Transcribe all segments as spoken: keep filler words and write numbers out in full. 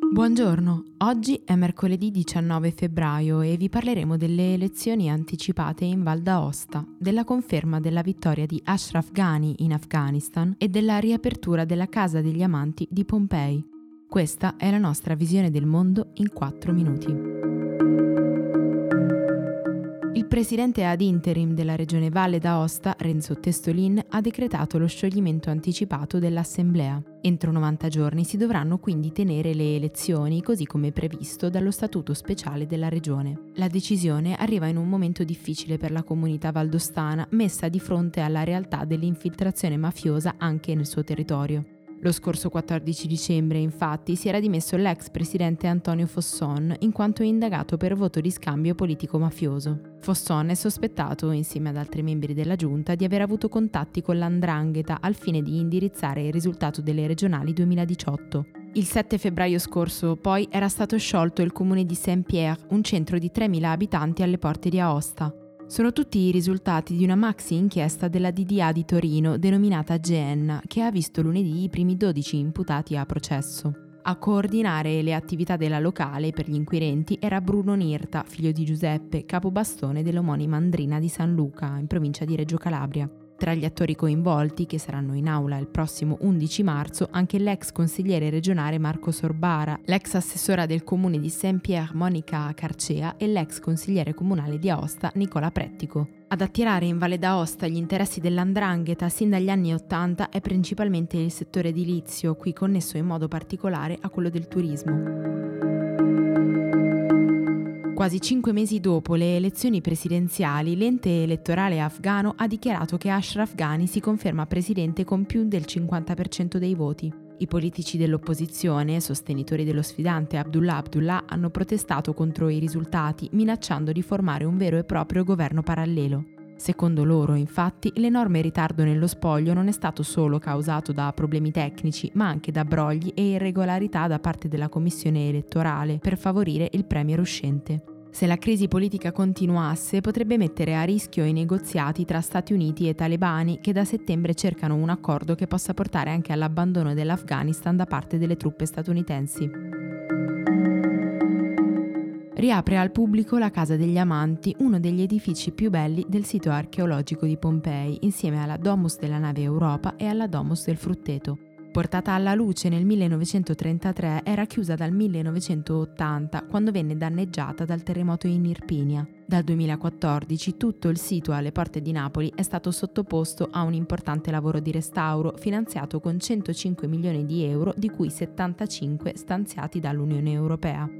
Buongiorno, oggi è mercoledì diciannove febbraio e vi parleremo delle elezioni anticipate in Val d'Aosta, della conferma della vittoria di Ashraf Ghani in Afghanistan e della riapertura della Casa degli Amanti di Pompei. Questa è la nostra visione del mondo in quattro minuti. Il presidente ad interim della regione Valle d'Aosta, Renzo Testolin, ha decretato lo scioglimento anticipato dell'assemblea. Entro novanta giorni si dovranno quindi tenere le elezioni così come previsto dallo statuto speciale della regione. La decisione arriva in un momento difficile per la comunità valdostana, messa di fronte alla realtà dell'infiltrazione mafiosa anche nel suo territorio. Lo scorso quattordici dicembre, infatti, si era dimesso l'ex presidente Antonio Fosson in quanto indagato per voto di scambio politico-mafioso. Fosson è sospettato, insieme ad altri membri della giunta, di aver avuto contatti con l'Andrangheta al fine di indirizzare il risultato delle regionali duemiladiciotto. Il sette febbraio scorso, poi, era stato sciolto il comune di Saint-Pierre, un centro di tremila abitanti alle porte di Aosta. Sono tutti i risultati di una maxi inchiesta della D D A di Torino denominata Geenna, che ha visto lunedì i primi dodici imputati a processo. A coordinare le attività della locale per gli inquirenti era Bruno Nirta, figlio di Giuseppe, capobastone dell'omonima Andrina di San Luca, in provincia di Reggio Calabria. Tra gli attori coinvolti, che saranno in aula il prossimo undici marzo, anche l'ex consigliere regionale Marco Sorbara, l'ex assessora del comune di Saint-Pierre Monica Carcea e l'ex consigliere comunale di Aosta Nicola Prettico. Ad attirare in Valle d'Aosta gli interessi dell'Andrangheta sin dagli anni Ottanta è principalmente il settore edilizio, qui connesso in modo particolare a quello del turismo. Quasi cinque mesi dopo le elezioni presidenziali, l'ente elettorale afghano ha dichiarato che Ashraf Ghani si conferma presidente con più del cinquanta per cento dei voti. I politici dell'opposizione, sostenitori dello sfidante Abdullah Abdullah, hanno protestato contro i risultati, minacciando di formare un vero e proprio governo parallelo. Secondo loro, infatti, l'enorme ritardo nello spoglio non è stato solo causato da problemi tecnici, ma anche da brogli e irregolarità da parte della commissione elettorale per favorire il premier uscente. Se la crisi politica continuasse, potrebbe mettere a rischio i negoziati tra Stati Uniti e talebani che da settembre cercano un accordo che possa portare anche all'abbandono dell'Afghanistan da parte delle truppe statunitensi. Riapre al pubblico la Casa degli Amanti, uno degli edifici più belli del sito archeologico di Pompei, insieme alla Domus della nave Europa e alla Domus del Frutteto. Portata alla luce nel millenovecentotrentatré, era chiusa dal millenovecentottanta, quando venne danneggiata dal terremoto in Irpinia. Dal duemilaquattordici tutto il sito alle porte di Napoli è stato sottoposto a un importante lavoro di restauro, finanziato con centocinque milioni di euro, di cui settantacinque stanziati dall'Unione Europea.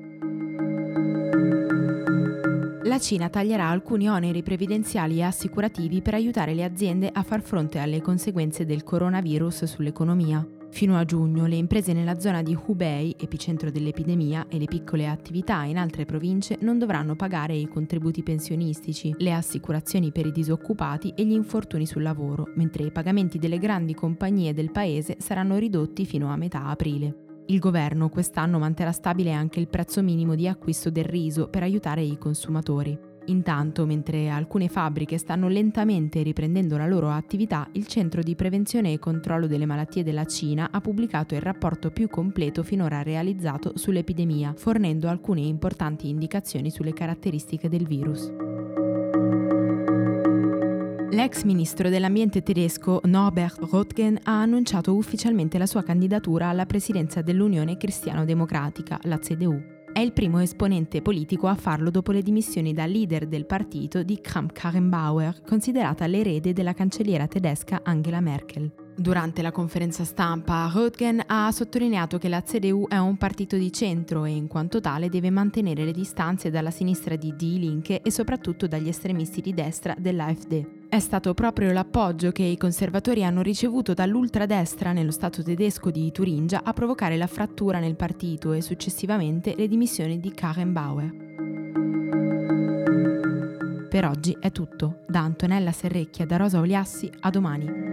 La Cina taglierà alcuni oneri previdenziali e assicurativi per aiutare le aziende a far fronte alle conseguenze del coronavirus sull'economia. Fino a giugno le imprese nella zona di Hubei, epicentro dell'epidemia, e le piccole attività in altre province non dovranno pagare i contributi pensionistici, le assicurazioni per i disoccupati e gli infortuni sul lavoro, mentre i pagamenti delle grandi compagnie del paese saranno ridotti fino a metà aprile. Il governo quest'anno manterrà stabile anche il prezzo minimo di acquisto del riso per aiutare i consumatori. Intanto, mentre alcune fabbriche stanno lentamente riprendendo la loro attività, il Centro di Prevenzione e Controllo delle Malattie della Cina ha pubblicato il rapporto più completo finora realizzato sull'epidemia, fornendo alcune importanti indicazioni sulle caratteristiche del virus. L'ex ministro dell'ambiente tedesco Norbert Röttgen ha annunciato ufficialmente la sua candidatura alla presidenza dell'Unione Cristiano-Democratica, la C D U. È il primo esponente politico a farlo dopo le dimissioni da leader del partito di Kramp-Karrenbauer, considerata l'erede della cancelliera tedesca Angela Merkel. Durante la conferenza stampa, Röttgen ha sottolineato che la C D U è un partito di centro e in quanto tale deve mantenere le distanze dalla sinistra di Die Linke e soprattutto dagli estremisti di destra dell'A F D. È stato proprio l'appoggio che i conservatori hanno ricevuto dall'ultradestra nello stato tedesco di Turingia a provocare la frattura nel partito e successivamente le dimissioni di Karrenbauer. Per oggi è tutto. Da Antonella Serrecchia e da Rosa Oliassi, a domani.